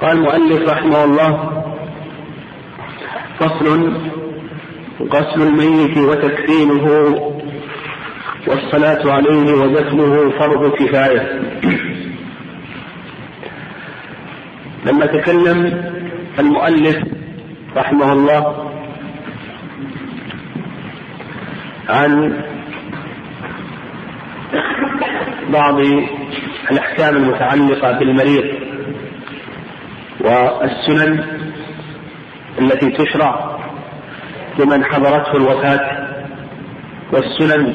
قال المؤلف رحمه الله: فصل: غسل الميت وتكفينه والصلاة عليه ودفنه فرض كفاية. لما تكلم المؤلف رحمه الله عن بعض الأحكام المتعلقة بالمريض والسنن التي تشرع لمن حضرته الوفاة والسنن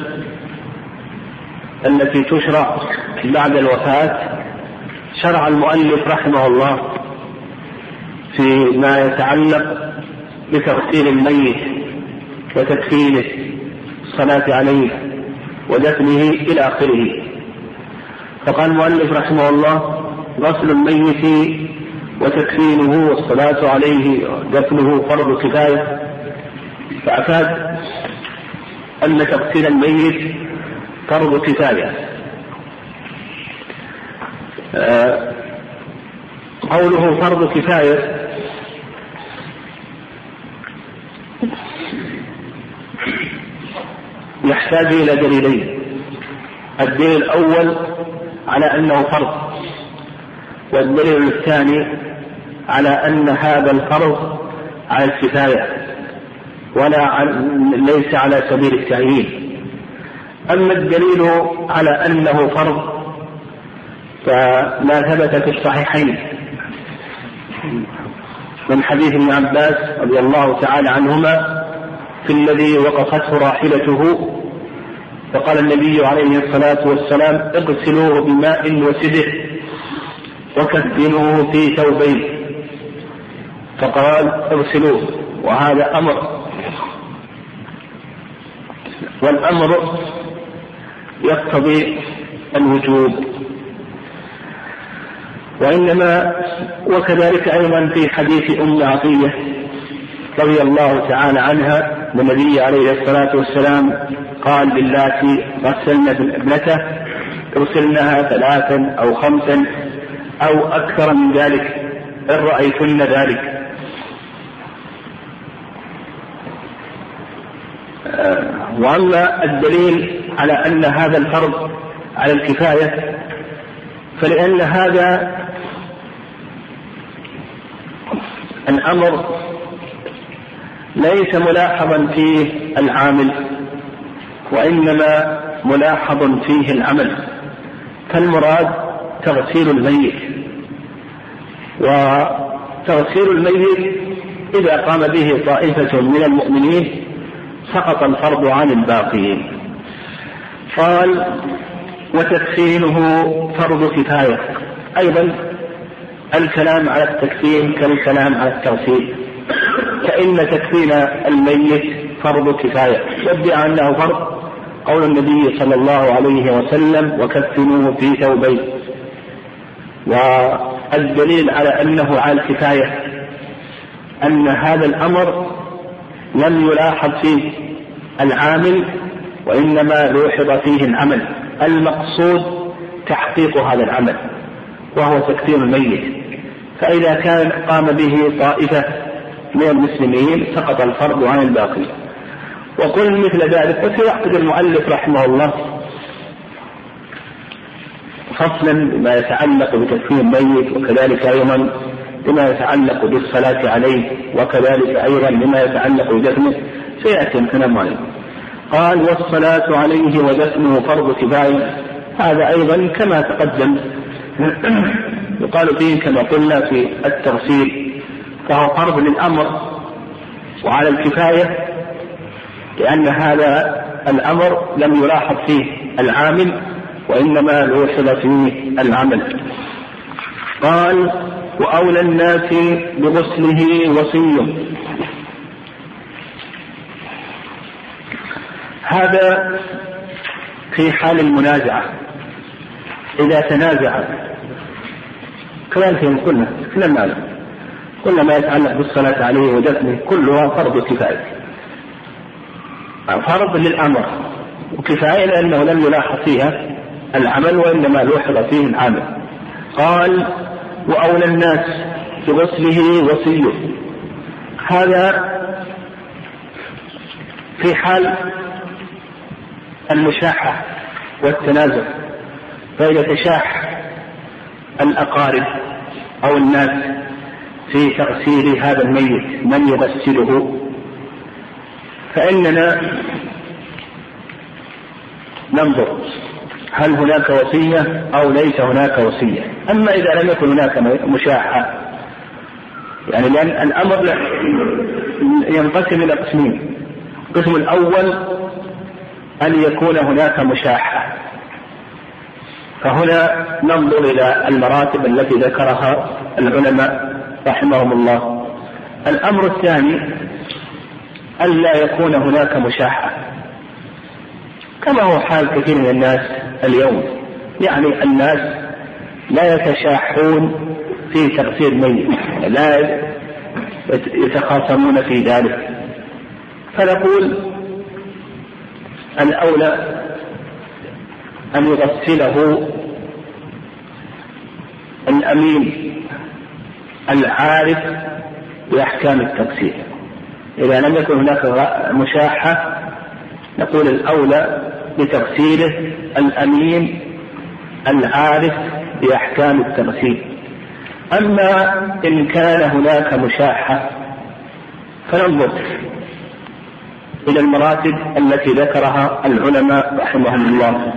التي تشرع بعد الوفاة، شرع المؤلف رحمه الله في ما يتعلق بتغسيل الميت وتكفينه، الصلاة عليه ودفنه إلى آخره. فقال المؤلف رحمه الله: غسل الميت وتكفينه والصلاة عليه ودفنه فرض كفاية. فأفاد أن تغسيل الميت فرض كفاية. قوله فرض كفاية يحتاج إلى دليلين: الدليل الأول على أنه فرض، والدليل الثاني على أن هذا الفرض على الكفاية ليس على سبيل التعيين. أما الدليل على أنه فرض فما ثبت في الصحيحين من حديث ابن عباس رضي الله تعالى عنهما في الذي وقفته راحلته فقال النبي عليه الصلاة والسلام: اغسلوه بماء وسدر وكفنوه في ثوبين. فقال: اغسلوه، وهذا أمر، والأمر يقتضي الوجوب. وكذلك أيضا في حديث أم عطية رضي الله تعالى عنها النبي عليه الصلاة والسلام قال للاتي غسلن ابنته: اغسلنها 3 أو 5 أو أكثر من ذلك إن رأيتن ذلك. وأما الدليل على أن هذا الفرض على الكفاية فلأن هذا الأمر ليس ملاحظا فيه العامل، وإنما ملاحظ فيه العمل. فالمراد تغسيل الميت، وتغسيل الميت إذا قام به طائفة من المؤمنين سقط الفرض عن الباقين. قال: وتكفينه فرض كفاية. أيضا الكلام على التكفين كالكلام على التغسيل، فإن تكفين الميت فرض كفاية، وادعى أنه فرض قول النبي صلى الله عليه وسلم: وكفنوه في ثوبين. والدليل على أنه على الكفاية أن هذا الأمر لم يلاحظ فيه العامل، وإنما لوحظ فيه العمل، المقصود تحقيق هذا العمل وهو تكفين الميت. فإذا كان قام به طائفة من المسلمين سقط الفرض عن الباقي. وقل مثل ذلك. وسيعقد المؤلف رحمه الله فصلا بما يتعلق بتكفين الميت، وكذلك أيضا بما يتعلق بالصلاة عليه، وكذلك أيضا بما يتعلق بدفنه، سيأتي الكلام عليه. قال: والصلاة عليه ودفنه فرض كفاية. هذا أيضا كما تقدم يقال فيه كما قلنا في التغسيل، فهو فرض للأمر وعلى الكفاية، لأن هذا الأمر لم يلاحظ فيه العامل، وإنما لوحظ فيه العمل. قال: وأولى الناس بغسله وصي. هذا في حال المنازعة، إذا تنازع كذلك كل ما يتعلق بالصلاة عليه ودفنه كلها فرض كفاية، فرض للأمر، وكفاية لأنه لم يلاحظ فيها العمل، وإنما لوحظ فيه العمل. قال: وأولى الناس بغسله وصيه. هذا في حال المشاحة والتنازع، فإذا تشاح الأقارب أو الناس في تغسيل هذا الميت من يغسله، فإننا ننظر هل هناك وصية أو ليس هناك وصية. أما إذا لم يكن هناك مشاحة، يعني لأن الأمر ينقسم إلى قسمين. القسم الأول أن يكون هناك مشاحة، فهنا ننظر إلى المراتب التي ذكرها العلماء رحمهم الله. الأمر الثاني أن لا يكون هناك مشاحة، كما هو حال كثير من الناس اليوم. يعني الناس لا يتشاحون في تغسيل ميت، لا يتخاصمون في ذلك. فنقول الأولى أن يغسله الأمين العارف بأحكام التغسيل. إذا لم يكن هناك مشاحة نقول الأولى بتغسيله الأمين العارف بأحكام التغسيل. أما إن كان هناك مشاحة فننظر إلى المراتب التي ذكرها العلماء رحمهم الله.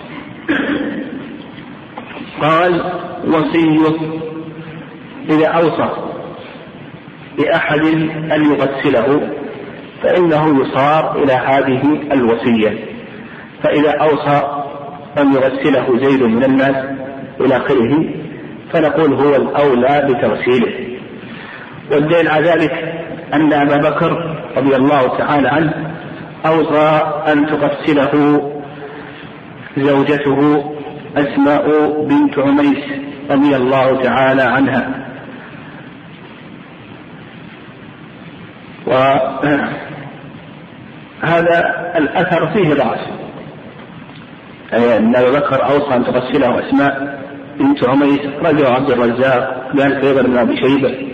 قال وصيه إذا أوصى بأحد أن يغسله فإنه يصار إلى هذه الوصية. فإذا أوصى أن يغسله زيد من الناس إلى آخره فنقول هو الأولى بتغسيله. والدليل على ذلك أن أبا بكر رضي الله تعالى عنه أوصى أن تغسله زوجته أسماء بنت عميس رضي الله تعالى عنها. وهذا الأثر فيه ضعف، أن أبا بكر أوصى أن تغسله أسماء بنت عميس، رجع عبد الرزاق ذلك أيضا من أبي شيبة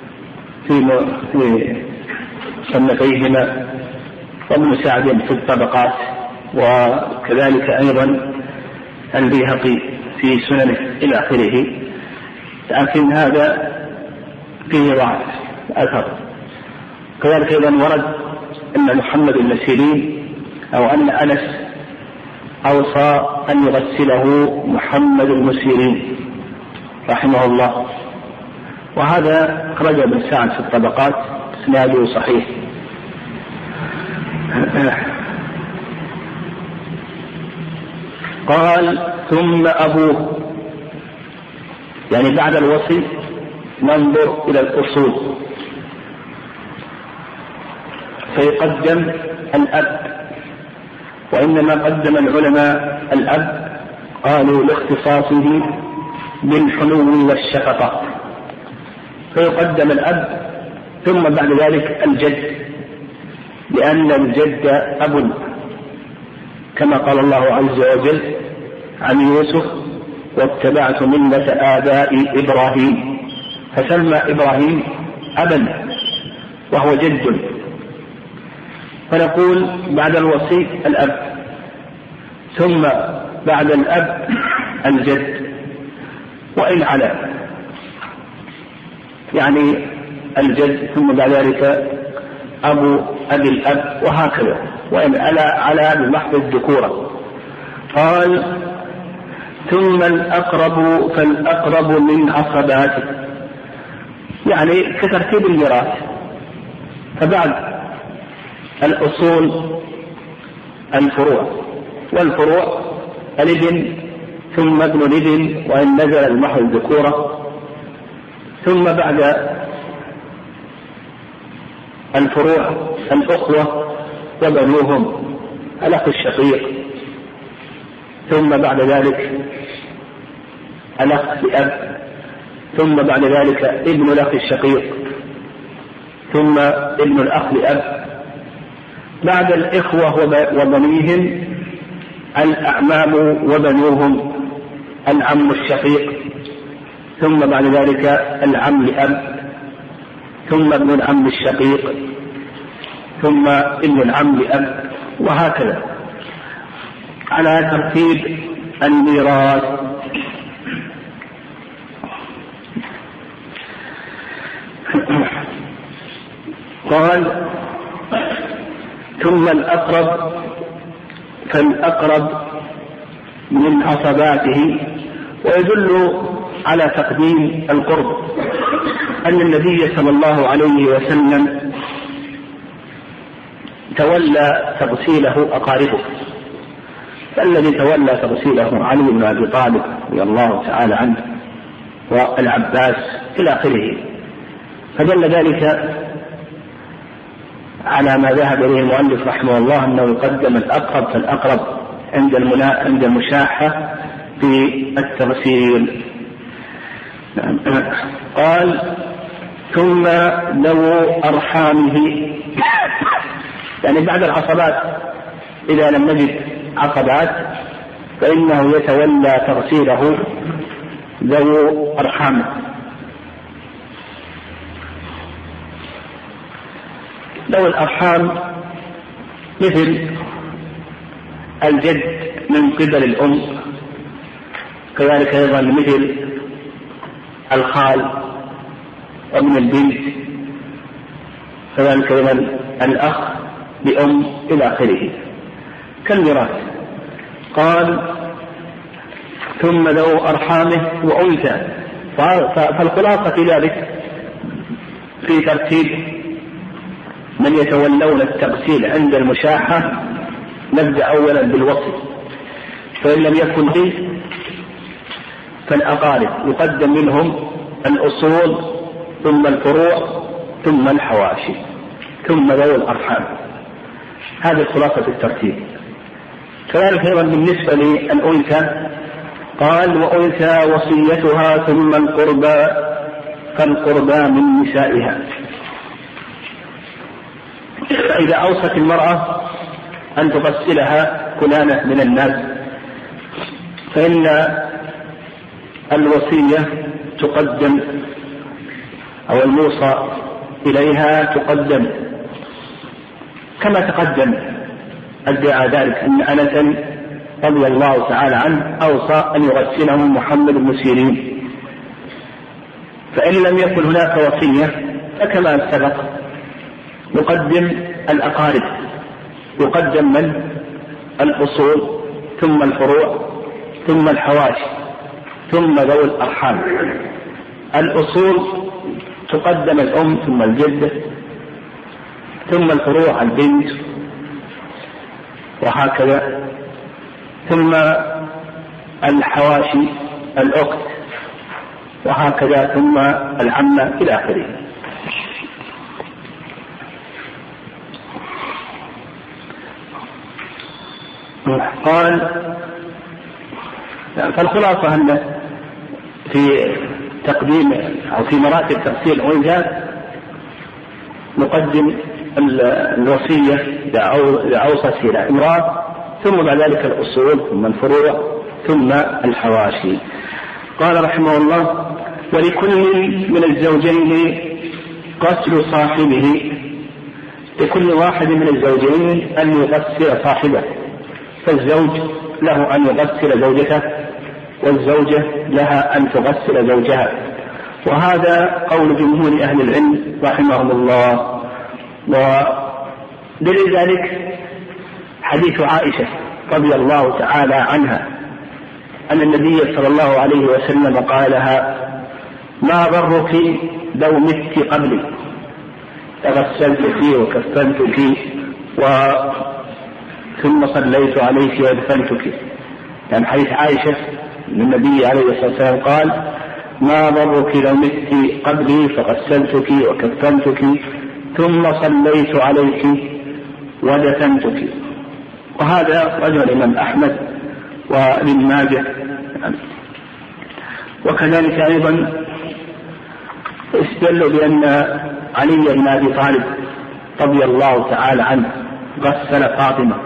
في صنفيهما، وابن سعد في الطبقات، وكذلك أيضا البيهقي في سننه إلى آخره. لكن هذا فيه ضعف أثر. كذلك أيضا ورد أن محمد بن سيرين أو أن أنس أوصى أن يغسله محمد بن سيرين رحمه الله، وهذا خرج ابن سعد في الطبقات اسناده صحيح. قال ثم أبوه، يعني بعد الوصي ننظر إلى الأصول فيقدم الأب. وإنما قدم العلماء الأب قالوا لاختصاصه بالحنو والشفقة، فيقدم الأب ثم بعد ذلك الجد، لأن الجد أب، كما قال الله عز وجل عن يوسف واتبعت ملة آباء إبراهيم، فسمى إبراهيم أبا وهو جد. فنقول بعد الوصي الأب، ثم بعد الأب الجد، وإن على يعني الجد ثم بعد ذلك أبو أبي الأب، وهكذا، وإن على بمحض الذكورة. قال ثم الأقرب فالأقرب من عصباته، يعني كترتيب الميراث. فبعد الأصول الفروع، والفروع الابن ثم ابن الابن وإن نزل المحض الذكورة، ثم بعد الفروع الأخوة وبنوهم الأخ الشقيق، ثم بعد ذلك الأخ لأب، ثم بعد ذلك ابن الأخ الشقيق، ثم ابن الأخ لأب. بعد الإخوة وبنيهم الأعمام وبنوهم العم الشقيق، ثم بعد ذلك العم لأب، ثم ابن العم الشقيق، ثم ابن العم لأب، وهكذا على ترتيب الميراث. قال ثم الأقرب فالأقرب من عصباته. ويدل على تقديم القرب أن النبي صلى الله عليه وسلم تولى تغسيله أقاربه، فالذي تولى تغسيله علي بن أبي طالب رضي الله تعالى عنه والعباس إلى آخره، فدل ذلك على ما ذهب إليه المؤلف رحمه الله أنه يقدم الأقرب فالأقرب عند المشاحة في التغسيل. قال ثم ذو أرحامه، يعني بعد العصبات إذا لم نجد عصبات فإنه يتولى تغسيله ذو أرحامه. ذو الأرحام مثل الجد من قبل الأم، كذلك أيضا مثل الخال وابن البنت، كذلك أيضا الأخ بأم إلى آخره كالميراث. قال ثم ذو أرحامه وأنثى. فالخلاصة في ذلك في ترتيب من يتولون التغسيل عند المشاحة نبدأ أولا بالوصي، فإن لم يكن فيه فالأقارب يقدم منهم الأصول ثم الفروع ثم الحواشي ثم ذوي الأرحام. هذه خلاصة الترتيب. كذلك أيضا بالنسبة للأنثى قال وأنثى وصيتها ثم القربى فالقربى من نسائها. فإذا أوصت المرأة أن تغسلها فلانة من الناس فإن الوصية تقدم أو الموصى إليها تقدم، كما تقدم ادعى ذلك أن أنس رضي الله تعالى عنه أوصى أن يغسله محمد بن سيرين. فإن لم يكن هناك وصية فكما سبق يقدم الأقارب، يقدم من الأصول ثم الفروع ثم الحواشي ثم ذوي الأرحام. الأصول تقدم الأم ثم الجدة ثم الفروع البنت وهكذا، ثم الحواشي الأخت وهكذا، ثم العمة إلى آخره. قال فالخلاصة أن في تقديم أو في مراتب تغسيل الأنثى نقدم الوصية إذا أوصت إلى امرأة، ثم بعد ذلك الأصول ثم الفروع ثم الحواشي. قال رحمه الله ولكل من الزوجين غسل صاحبه، لكل واحد من الزوجين أن يغسل صاحبه، فالزوج له أن يغسل زوجته والزوجة لها أن تغسل زوجها، وهذا قول جمهور أهل العلم رحمهم الله. ودليل ذلك حديث عائشة رضي الله تعالى عنها أن النبي صلى الله عليه وسلم قال لها ما ضرك لو مت قبلي تغسلتك وكفنتك ثم صليت عليك وادفنتك. يعني حديث عائشة النبي عليه الصلاة والسلام قال ما ضرك لو مت قبلي فغسلتك وكفنتك ثم صليت عليك ودفنتك. وهذا رجل الإمام أحمد وابن ماجه. وكذلك أيضا استدلوا بأن علي بن أبي طالب رضي الله تعالى عنه غسل فاطمة،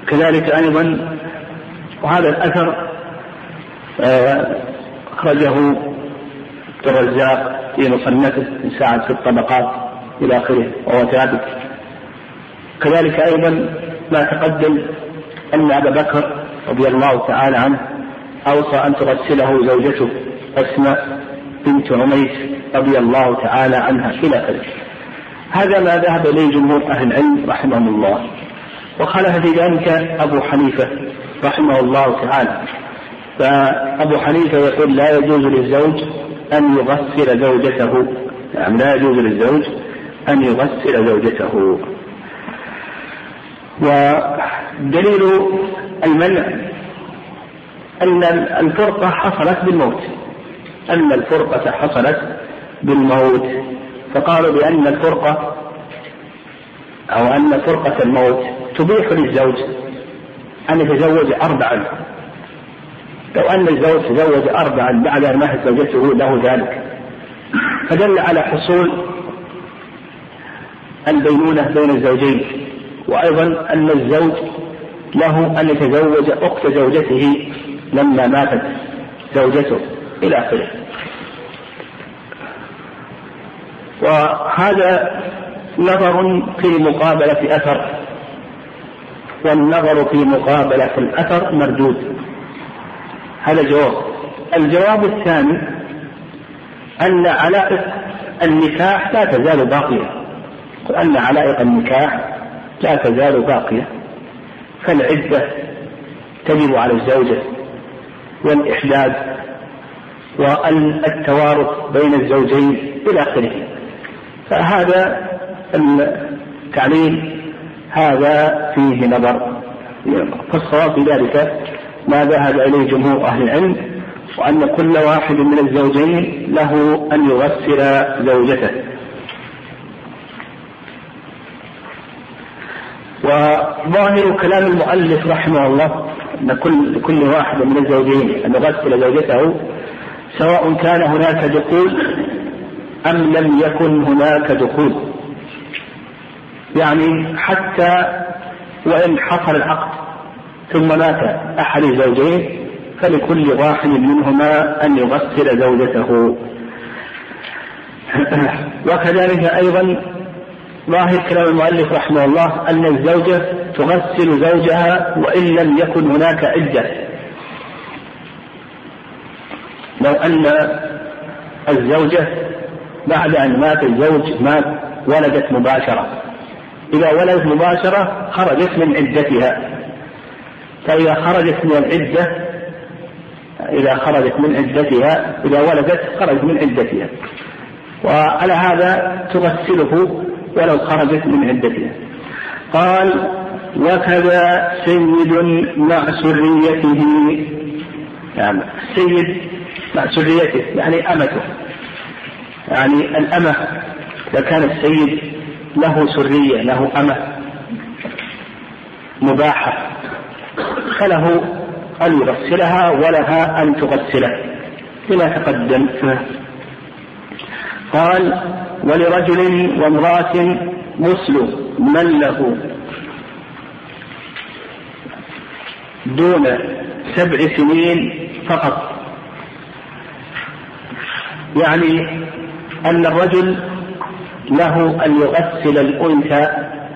كذلك أيضا وهذا الأثر أخرجه الرزاق في مصنفه من ساعة في الطبقات إلى آخره وهو ثابت. كذلك أيضا ما تقدم أن أبا بكر رضي الله تعالى عنه أوصى أن تغسله زوجته أسماء بنت عميس رضي الله تعالى عنها إلى آخره. هذا ما ذهب إليه جمهور أهل العلم رحمهم الله. وخالف في ذلك أبو حنيفة رحمه الله تعالى، فأبو حنيفة يقول لا يجوز للزوج أن يغسل زوجته، يعني لا يجوز للزوج أن يغسل زوجته. ودليل المنع أن الفرقة حصلت بالموت، أن الفرقة حصلت بالموت، فقالوا بأن الفرقة أو أن فرقة الموت تبيح للزوج أن يتزوج 4. لو أن الزوج تزوج 4 بعد أن ماتت زوجته له ذلك، فدل على حصول البينونة بين الزوجين، وأيضا أن الزوج له أن يتزوج أخت زوجته لما ماتت زوجته إلى آخره. وهذا نظر في مقابلة أثر، والنظر في مقابلة الأثر مردود. هذا جواب. الجواب الثاني أن علائق النكاح لا تزال باقية، أن علائق النكاح لا تزال باقية، فالعدة تجب على الزوجة، والإحداد، والتوارث بين الزوجين إلى آخره. فهذا التعليل هذا فيه نظر، فالصواب في ذلك ما ذهب إليه جمهور أهل العلم، وأن كل واحد من الزوجين له أن يغسل زوجته. وظاهر كلام المؤلف رحمه الله أن كل واحد من الزوجين أن يغسل زوجته، سواء كان هناك دخول أم لم يكن هناك دخول، يعني حتى وإن حصل العقد ثم مات أحد الزوجين فلكل واحد منهما أن يغسل زوجته. وكذلك أيضا ظاهر كلام المؤلف رحمه الله أن الزوجة تغسل زوجها وإن لم يكن هناك عدة. لو أن الزوجة بعد أن مات الزوج ولدت مباشرة، إذا ولدت مباشرة خرجت من عدتها، فإذا خرجت من العدة إذا ولدت خرجت من عدتها، وعلى هذا تغسله ولو خرجت من عدتها. قال وكذا سيد مع سريته، يعني السيد مع سريته يعني أمته، يعني الأمة إذا كان السيد له سرية له أمة مباحة فله أن يغسلها ولها أن تغسله بما تقدم. قال ولرجل وامرأة غسل من له دون 7 سنين فقط، يعني أن الرجل له أن يغسل الأنثى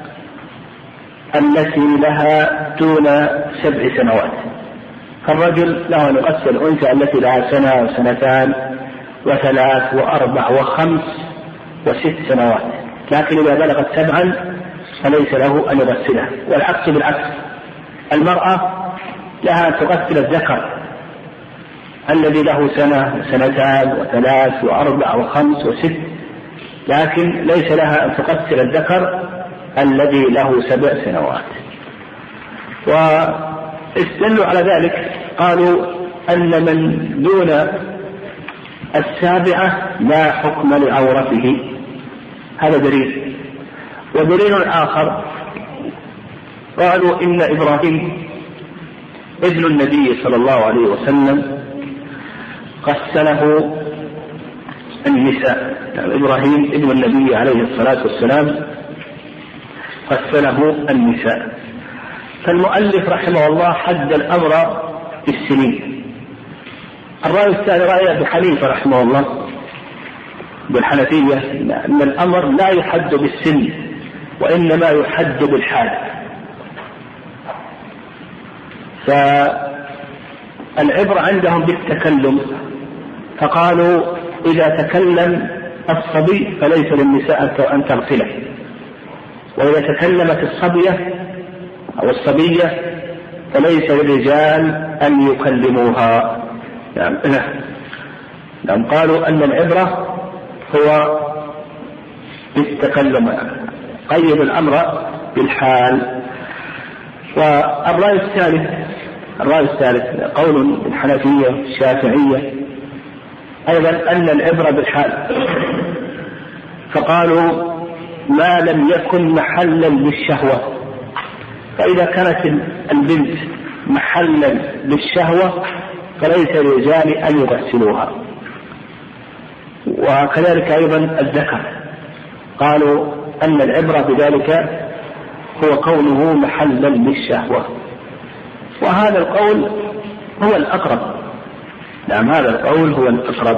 التي لها دون 7 سنوات، فالرجل له أن يغسل الأنثى التي لها 1 و2 و3 و4 و5 و6 سنوات، لكن إذا بلغت 7 فليس له أن يغسلها. والعكس بالعكس، المرأة لها أن تغسل الذكر الذي له 1 و2 و3 و4 و5 و6، لكن ليس لها أن تغسل الذكر الذي له 7 سنوات. واستدلوا على ذلك قالوا أن من دون 7 لا حكم لعورته، هذا دليل. ودليل آخر قالوا إن إبراهيم ابن النبي صلى الله عليه وسلم غسله النساء، يعني إبراهيم ابن النبي عليه الصلاة والسلام غسله النساء، فالمؤلف رحمه الله حد الأمر بالسنين. الرأي الثاني رأي أبي حنيفة رحمه الله بالحنفية أن الأمر لا يحد بالسن وإنما يحد بالحال. فالعبرة عندهم بالتكلم، فقالوا إذا تكلم الصبي فليس للنساء أن تغسله، وإذا تكلمت الصبية أو الصبية فليس للرجال أن يكلموها. نعم قالوا أن العبرة هو بالتكلم، قيد الأمر بالحال. والرأي الثالث قول الحنفية الشافعية أيضا أن العبرة بالحال، فقالوا ما لم يكن محلا للشهوة، فإذا كانت البنت محلا للشهوة فليس للرجال أن يغسلوها. وكذلك أيضا الذكر، قالوا أن العبرة بذلك هو كونه محلا للشهوة، وهذا القول هو الأقرب. نعم هذا القول هو الأقرب.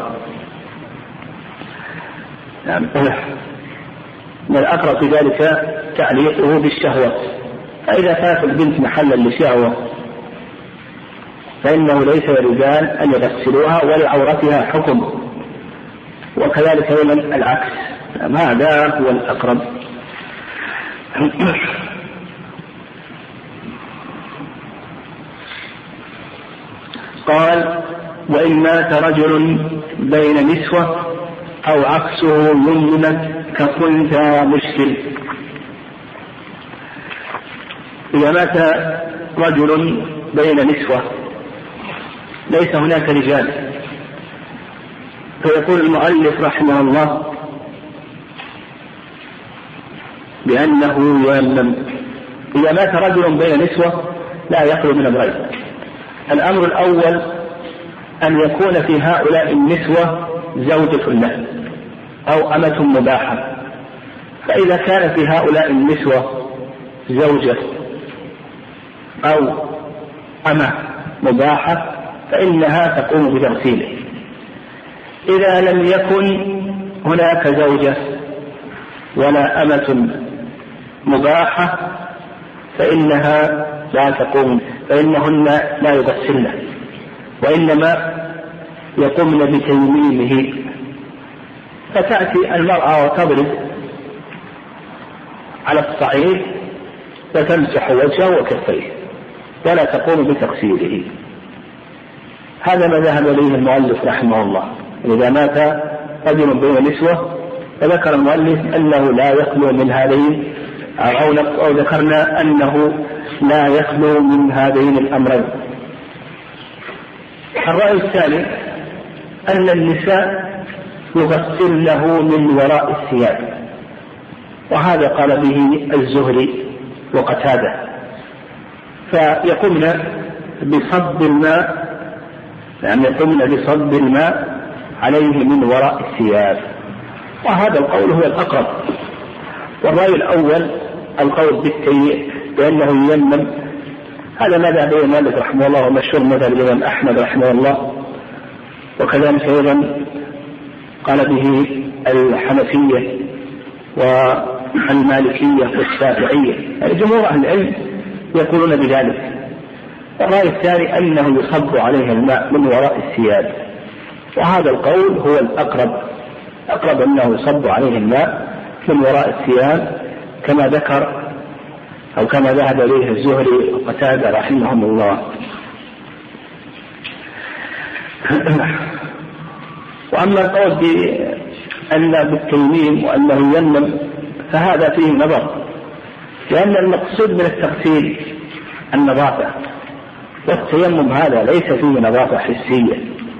نعم الأقرب في ذلك تعليقه بالشهوة، فإذا كانت البنت محلا للشهوة فإنه ليس للرجال أن يغسلوها ولعورتها حكم، وكذلك أيضا العكس. هذا هو الأقرب. قال وإن مات رجل بين نسوة أو عكسه يمنت كخنثى مشكل. إذا مات رجل بين نسوة ليس هناك رجال، فيقول المؤلف رحمه الله بأنه يؤلم. إذا مات رجل بين نسوة لا يخلو من أمرين: الأمر الأول أن يكون في هؤلاء النسوة زوجة له أو أمة مباحة، فإذا كان في هؤلاء النسوة زوجة أو أمة مباحة فإنها تقوم بتغسيله. إذا لم يكن هناك زوجة ولا أمة مباحة فإنها لا تقوم، فإنهن لا يغسلن، وإنما يقومن بتيميمه. فتأتي المرأة وتضرب على الصعيد فتمسح وجهه وكفيه ولا تقوم بتغسيله. هذا ما ذهب إليه المؤلف رحمه الله. إذا مات رجل بين نسوة فذكر المؤلف أنه لا يخلو من هذين، أو ذكرنا أنه لا يخلو من هذين الأمرين. الرأي الثاني أن النساء يغسلنه من وراء الثياب، وهذا قال به الزهري وقتادة، فيقومن بصب الماء، يعني يقومن بصب الماء عليه من وراء الثياب، وهذا القول هو الأقرب. والرأي الأول القول بالتيميم بأنه ييمم، هذا ما ذهب إليه مالك رحمه الله ومشهور مذهب الإمام أحمد رحمه الله، وكذلك أيضا قال به الحنفية والمالكية والشافعية، يعني جمهور أهل العلم يقولون بذلك. الرأي الثاني أنه يصب عليه الماء من وراء الثياب، وهذا القول هو الأقرب، أقرب أنه يصب عليه الماء من وراء الثياب كما ذكر أو كما ذهب إليه الزهري وقتادة رحمهم الله. وأما القول بأن بالتيميم وأنه ينم فهذا فيه نظر، لأن المقصود من التغسيل النظافة، والتيمم هذا ليس فيه نظافة حسية،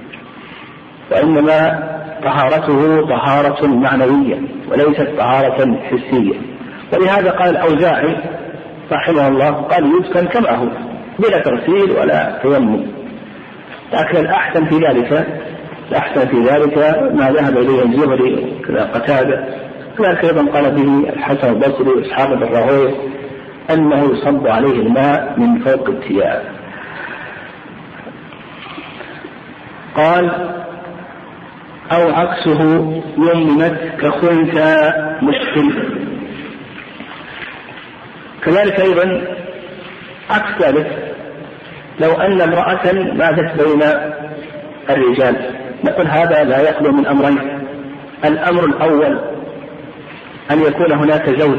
وإنما طهارته طهارة معنوية وليست طهارة حسية. ولهذا قال الأوزاعي رحمه الله قال يدفن كما هو بلا تغسيل ولا تيمم. لكن الأحسن في ذلك ما ذهب إليه الزهري قتادة، كذلك أيضا قال به الحسن البصري وإسحاق بن راهويه أنه يصب عليه الماء من فوق الثياب. قال أو عكسه يمنت كخنثى مشكل. كذلك أيضا عكس ذلك، لو أن امرأة ماتت بين الرجال، نقول هذا لا يخلو من أمرين. الأمر الأول أن يكون هناك زوج،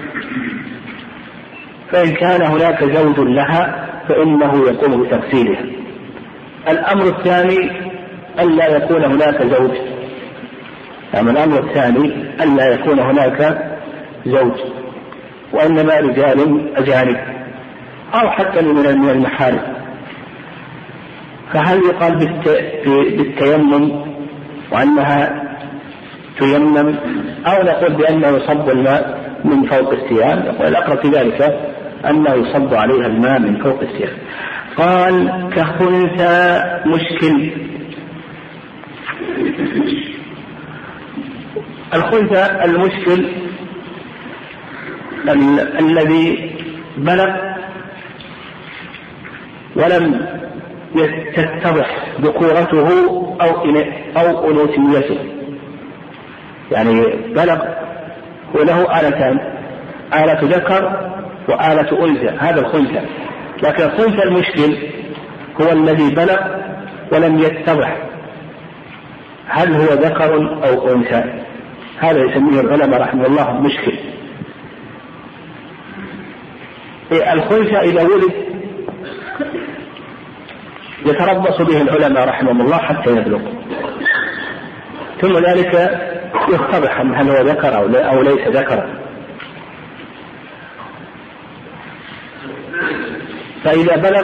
فإن كان هناك زوج لها فإنه يقوم بتغسيلها. الأمر الثاني ألا يكون هناك زوج، يعني الأمر الثاني ألا يكون هناك زوج وإنما رجال أجانب أو حتى من المحارم، فهل يقال بالتيمم وأنها تيمم، أو نقول بأنه يصب الماء من فوق الثياب؟ يقول الأقرب في ذلك أنه يصب عليها الماء من فوق الثياب. قال كخنثى مشكل. الخنثى المشكل الذي بلغ ولم تتضح ذكورته أو أنوثيته، يعني بلغ وله آلتان، آلة ذكر وآلة أنثى، هذا الخنثى. لكن الخنثى المشكل هو الذي بلغ ولم يتضح هل هو ذكر أو أنثى، هذا يسميه العلماء رحمه الله مشكل. الخنثى إذا ولد يتربص به العلماء رحمهم الله حتى يبلغ، ثم ذلك يتضح هل هو ذكر أو ليس ذكر. فإذا بلغ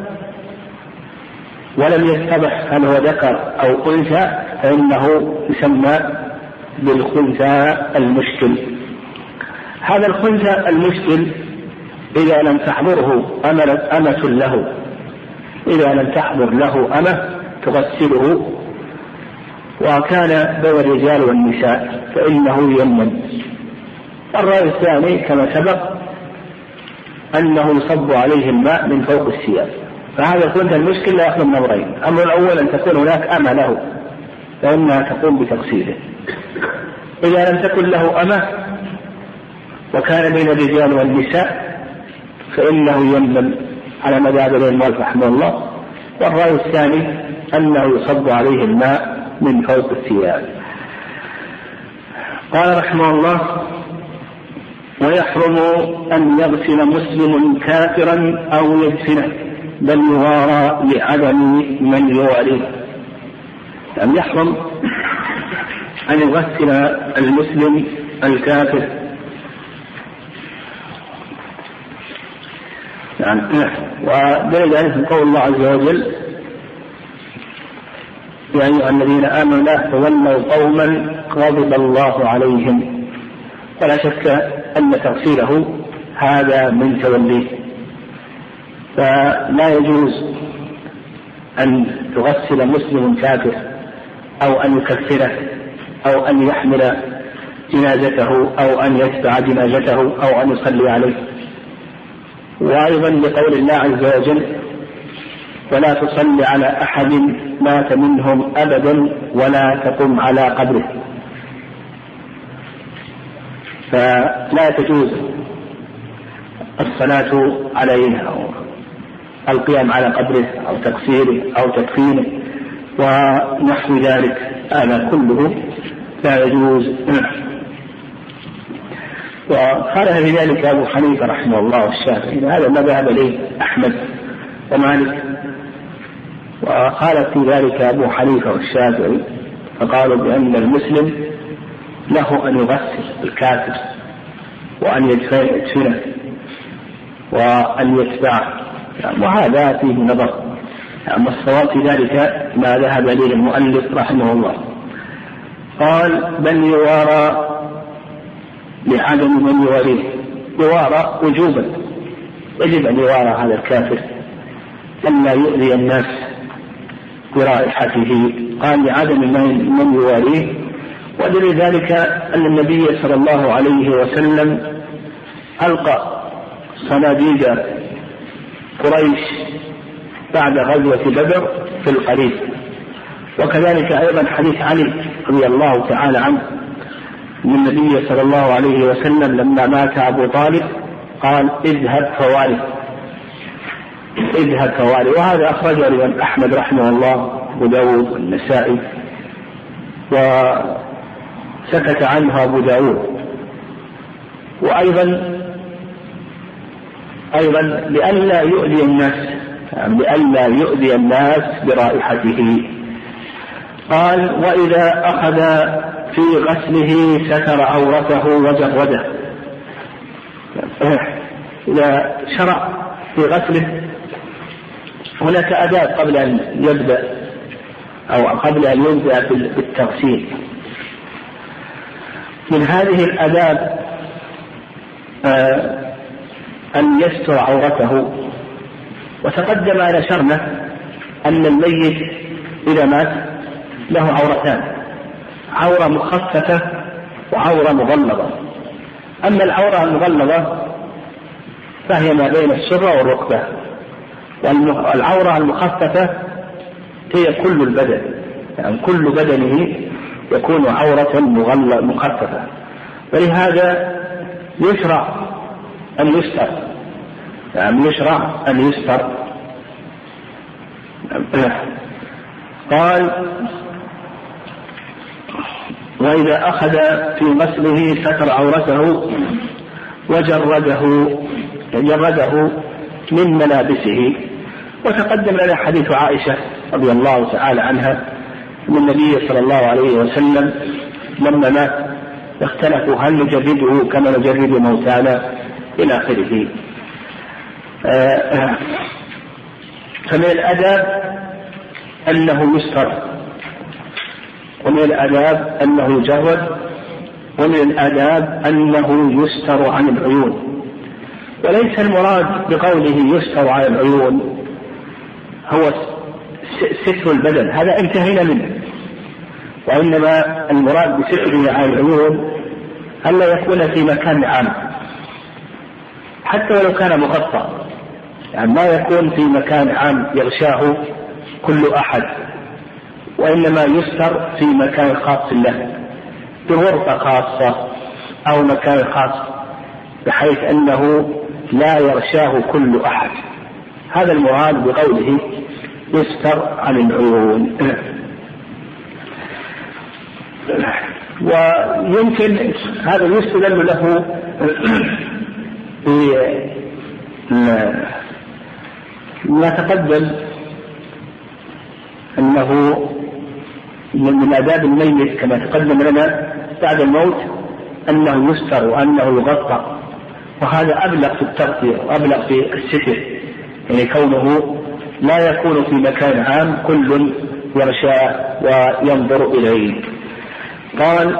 ولم يتضح هل هو ذكر أو أنثى فإنه يسمى بالخنثى المشكل. هذا الخنثى المشكل إذا لم تحضره أمة له، إذا لم تحضر له أمة تغسله وكان بين الرجال والنساء فإنه يمن. الرأي الثاني كما سبق أنه يصب عليه الماء من فوق الثياب. فهذا الخنثى المشكل لا يخلو من أمرين: الأمر الأول أن تكون هناك أمة له فإنها تقوم بتغسيله. إذا لم تكن له أمة وكان بين الرجال والنساء فإنه يمن على مذهب الإمام رحمه الله. والرأي الثاني أنه يصب عليه الماء من فوق الثياب. قال رحمه الله: ويحرم أن يغسل مسلم كافرا أو يدفنه بل يغارى لعدم من يواليه. يعني يحرم أن يغسل المسلم الكافر، يعني ودليل ذلك قول الله عز وجل: يا أيها الذين آمنوا لا تولوا قوما غضب الله عليهم. ولا شك أن تغسيله هذا من توليه، فلا يجوز أن تغسل مسلم كافر أو أن يكفره أو أن يحمل جنازته أو أن يتبع جنازته أو أن يصلي عليه. وأيضا لقول الله عز وجل: ولا تصلي على أحد مات منهم أبدا ولا تقم على قبره. فلا تجوز الصلاة عليه أو القيام على قبره أو تكسيره أو تدفينه ونحو ذلك، هذا كله لا يجوز. وقال في ذلك أبو حنيفة رحمه الله والشافعي، هذا ما ذهب إليه أحمد ومالك. وقال في ذلك أبو حنيفة والشافعي فقالوا بأن المسلم له أن يغسل الكافر وأن يدفنه وأن يتبعه، وهذا فيه نظر. أما الصواب في ذلك ما ذهب إليه المؤلف رحمه الله. قال: بل يوارى لعدم من يواريه. يوارى وجوبا، يجب أن يوارى هذا الكافر ألا يؤذي الناس برائحته. قال: لعدم من يواريه. ودليل ذلك أن النبي صلى الله عليه وسلم ألقى صناديد قريش بعد غزوة بدر في القريب. وكذلك أيضا حديث علي رضي الله تعالى عنه من النبي صلى الله عليه وسلم لما مات أبو طالب قال اذهب فوالي. وهذا أخرجه الإمام أحمد رحمه الله أبو داود والنسائي، وسكت عنه أبو داود. وأيضا لئلا يؤذي الناس برائحته. قال وإذا أخذ في غسله ستر عورته وجرده. إذا شرع في غسله هناك آداب قبل أن يبدأ أو قبل أن يبدأ بالتغسيل. من هذه الآداب أن يستر عورته. وتقدم على شرنا أن الميت إذا مات له عورتان، عورة مخففة وعورة مغلظة. أما العورة المغلظة فهي ما بين السرة والركبة، والعورة المخففة هي كل البدن، يعني كل بدنه يكون عورة مخففة. ولهذا يشرع أن يستر. قال وإذا أخذ في غسله ستر عورته وجرده من ملابسه. وتقدم لنا حديث عائشة رضي الله تعالى عنها من النبي صلى الله عليه وسلم لما مات اختلفوا هل نجرده كما نجرد موتانا إلى آخره. فمن الآداب أنه يستر، ومن الآداب أنه يجرد، ومن الآداب أنه يستر عن العيون. وليس المراد بقوله يستر عن العيون هو ستر البدن، هذا انتهينا منه. وإنما المراد بستره عن العيون ألا يكون في مكان عام حتى ولو كان مغطى، يعني ما يكون في مكان عام يغشاه كل أحد، وإنما يستر في مكان خاص له بغرفة خاصة أو مكان خاص بحيث أنه لا يغشاه كل أحد. هذا المراد بقوله يستر عن العيون. ويمكن هذا يستدل له ما تقدم أنه من آداب الميت كما تقدم لنا بعد الموت أنه يستر وأنه يغطى، وهذا أبلغ في التغطية وأبلغ في الستر، يعني كونه لا يكون في مكان عام كل يغشاه وينظر إليه. قال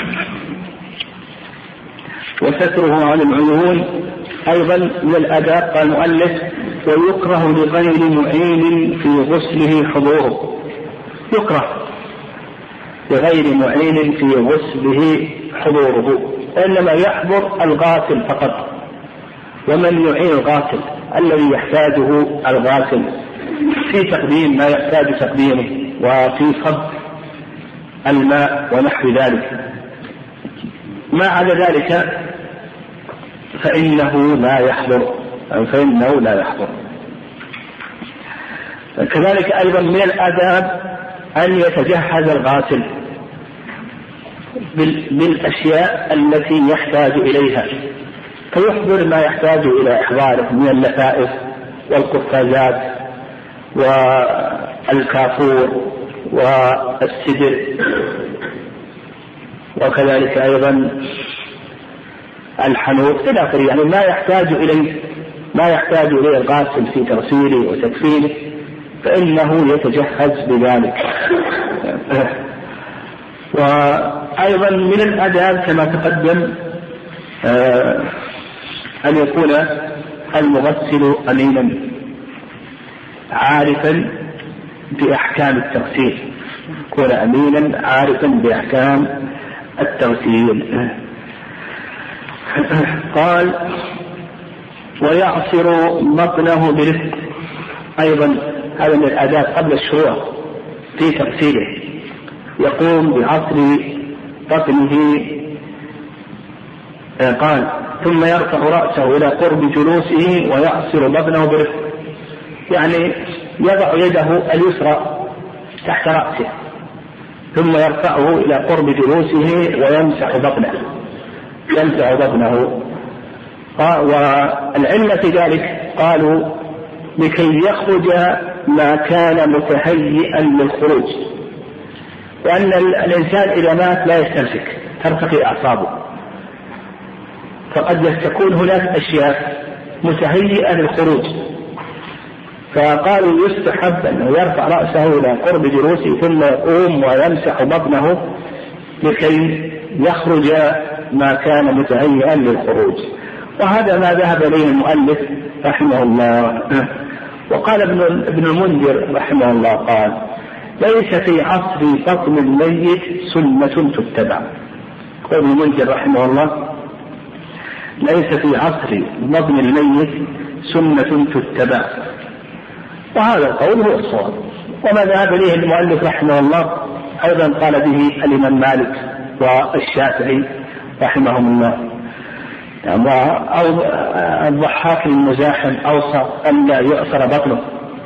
وستره عن العيون أيضا من الآداب. قال المؤلف ويكره لغير معين في غسله حضوره. يكره لغير معين في غسله حضوره، وإنما يحضر الغاسل فقط، ومن يعين الغاسل الذي يحتاجه الغاسل في تقديم ما يحتاج تقديمه وفي صب الماء ونحو ذلك. ما عدا ذلك فإنه لا يحضر. كذلك أيضا من الآداب أن يتجهز الغاسل بالأشياء التي يحتاج إليها، فيحضر ما يحتاج إلى إحضاره من اللفائف والقفازات والكافور والسدر، وكذلك أيضا الحنوط إلى آخره، يعني ما يحتاج إليه الغاسل في تغسيله وتكفينه فإنه يتجهز بذلك. وأيضا من الآداب كما تقدم أن يكون المغسل أمينا عارفا بأحكام التغسيل، يكون أمينا عارفا بأحكام التغسيل. قال ويعصر بطنه برفق. أيضا هذا من الآداب قبل الشروع في تغسيله، يقوم بعصر بطنه. قال ثم يرفع رأسه إلى قرب جلوسه ويعصر بطنه برفق، يعني يضع يده اليسرى تحت رأسه ثم يرفعه إلى قرب جلوسه ويمسح بطنه. والعلة في ذلك قالوا لكي يخرج ما كان متهيئا للخروج، وأن الإنسان إذا مات لا يستمسك، ترتقي أعصابه، فقد تكون هناك أشياء متهيئة للخروج، فقالوا يستحب أنه يرفع رأسه إلى قرب جلوسه ثم يقوم ويمسح بطنه لكي يخرج ما كان متهيئا للخروج. وهذا ما ذهب إليه المؤلف رحمه الله. وقال ابن المنذر رحمه الله قال ليس في عصر بطن الميت سنة تتبع. قال ابن المنذر رحمه الله ليس في عصر بطن الميت سنة تتبع، وهذا القول هو الصواب. وما ذهب إليه المؤلف رحمه الله أيضا قال به الإمام مالك والشافعي رحمهم الله. أو الضحاك المزاحم أوصى أن لا يؤثر بطنه.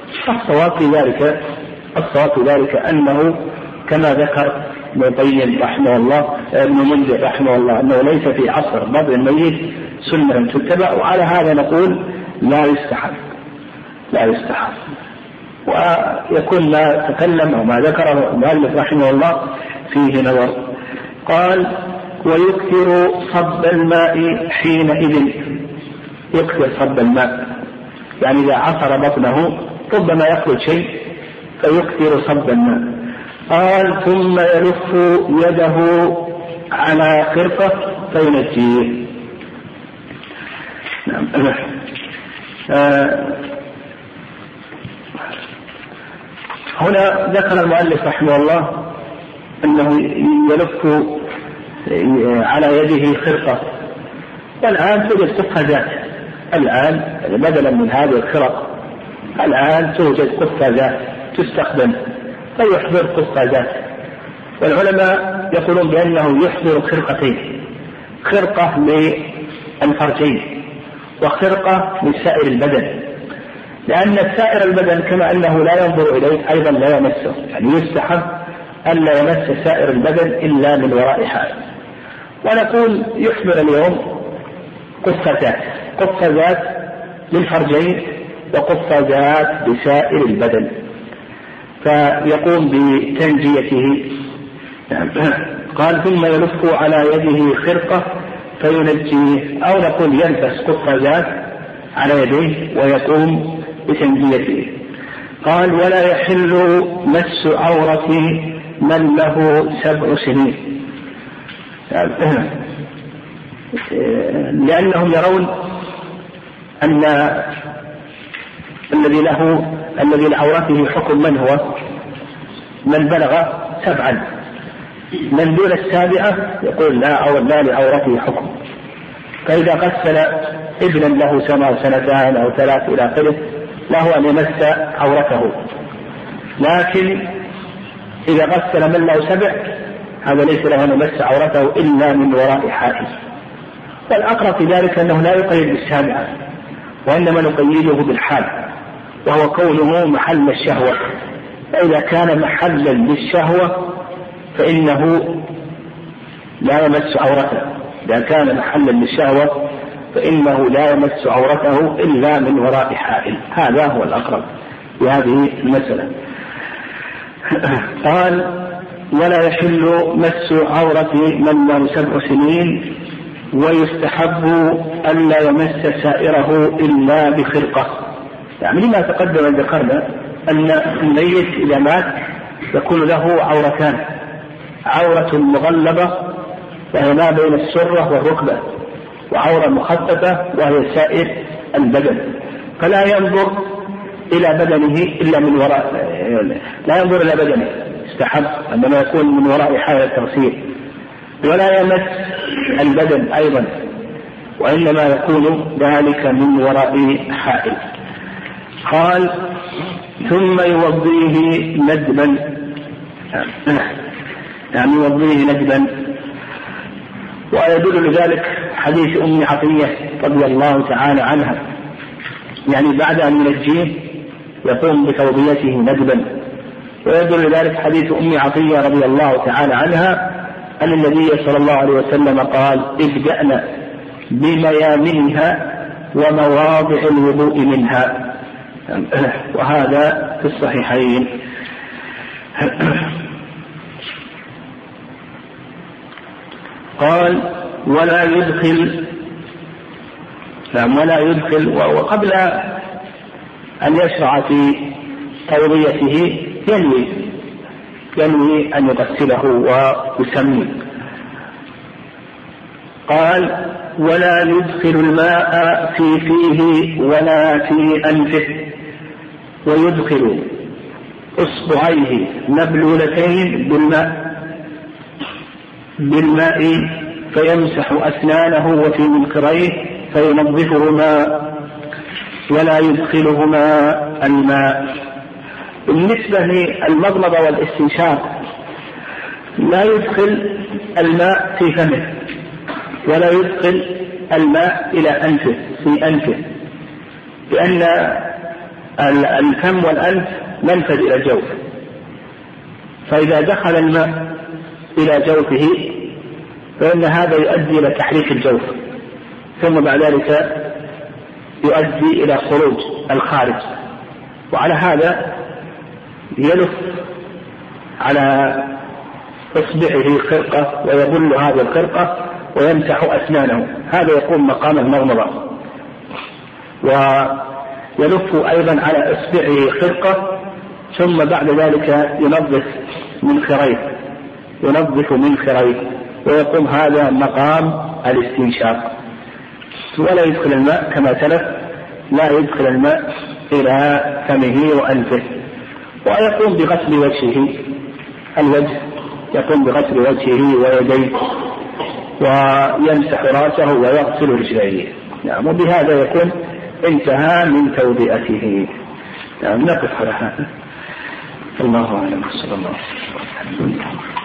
الصواب في ذلك أنه كما ذكر ابن القيم رحمه الله ابن منذر رحمه الله أنه ليس في عصر بطن الميت سنة تتبع، وعلى هذا نقول لا يستحب. ويكون ما تكلم أو ما ذكره المؤلف رحمه الله فيه نظر. قال ويكثر صب الماء حينئذ. يكثر صب الماء، يعني إذا عصر بطنه ربما يخرج شيء فيكثر صب الماء. قال ثم يلف يده على خرقة فينجيه. هنا ذكر المؤلف رحمه الله أنه يلف على يده خرقة، والآن توجد قفازات، الآن بدلا من هذه الخرق الآن توجد قفازات تستخدم فيحضر قفازات. والعلماء يقولون بأنه يحضر خرقتين، خرقة للفرجين وخرقة لسائر البدن، لأن سائر البدن كما أنه لا ينظر إليه أيضا لا يمسه، يعني يستحب ألا يمس سائر البدن إلا من وراء حائط. ونقول يحمل اليوم قفازات للفرجين وقفازات لسائر البدن، فيقوم بتنجيته. قال ثم يلف على يده خرقة فينجيه، أو نقول يلبس قفازات على يديه ويقوم بتنجيته. قال ولا يحل مس عورة من له 7 سنين، لأنهم يرون أن الذي لعورته حكم من هو من بلغ 7، من دون 7 يقول لا لعورته حكم. فإذا غسل ابنا له 1 أو 2 أو 3 إلى آخره له أن يمس عورته، لكن إذا غسل من له 7 هذا ليس له أن يمس عورته إلا من وراء حائط. والأقرب في ذلك أنه لا يقيد ب7 وإنما نقيده بالحال، وهو كونه محل الشهوة. فإذا كان محلا للشهوة فإنه لا يمس عورته، إذا كان محلا للشهوة فإنه لا يمس عورته إلا من وراء حائل. هذا هو الأقرب في هذه المسألة. قال ولا يحل مس عورة من له 7 سنين، ويستحب ألا يمس سائره إلا بخرقة. يعني لما تقدم ذكرنا أن الميت إذا مات يكون له عورتان، عورة مغلظة وهي ما بين السرة والركبة، وعورة مخففة وهي سائر البدن، فلا ينظر إلى بدنه إلا من وراء، لا ينظر إلى بدنه، استحب عندما يكون من وراء حالة التغسيل. ولا يمس البدن أيضا، وإنما يكون ذلك من وراء حائل. قال ثم يوضيه ندبا، يعني يوضيه ندبا. ويدل لذلك حديث أم عطية رضي الله تعالى عنها، يعني بعد أن ينجيه يقوم بتوضيته ندبا. ويدل لذلك حديث أم عطية رضي الله تعالى عنها أن النبي صلى الله عليه وسلم قال ابدأنا بميامنها ومواضع الوضوء منها، وهذا في الصحيحين. قال ولا يدخل، وقبل أن يشرع في توضيته ينوي أن يغسله ويسمي. قال ولا يدخل الماء في فيه ولا في أنفه، ويدخل إصبعيه مبلولتين بالماء فيمسح أسنانه وفي منكريه فينظفهما ولا يدخلهما الماء. بالنسبة للمضمضة والاستنشاق لا يدخل الماء في فمه ولا يدخل الماء إلى أنفه في أنفه، لأن الفم والأنف منفذ إلى الجوف، فإذا دخل الماء إلى جوفه فإن هذا يؤدي إلى تحريك الجوف، ثم بعد ذلك يؤدي إلى خروج الخارج. وعلى هذا يلف على إصبعه خرقة ويبل هذه الخرقة ويمسح أسنانه، هذا يقوم مقام المضمضة. ويلف أيضا على إصبعه خرقة ثم بعد ذلك ينظف من خريه ويقوم هذا مقام الاستنشاق. ولا يدخل الماء كما تلف، لا يدخل الماء إلى فمه وأنفه. ويقوم بغسل وجهه، الوجه يقوم بغسل وجهه ويديه ويمسح راسه ويغسل رجليه. نعم، وبهذا يكون انتهى من توضئته. نعم، نقف على هذا. الله أعلم. صلى الله عليه وسلم.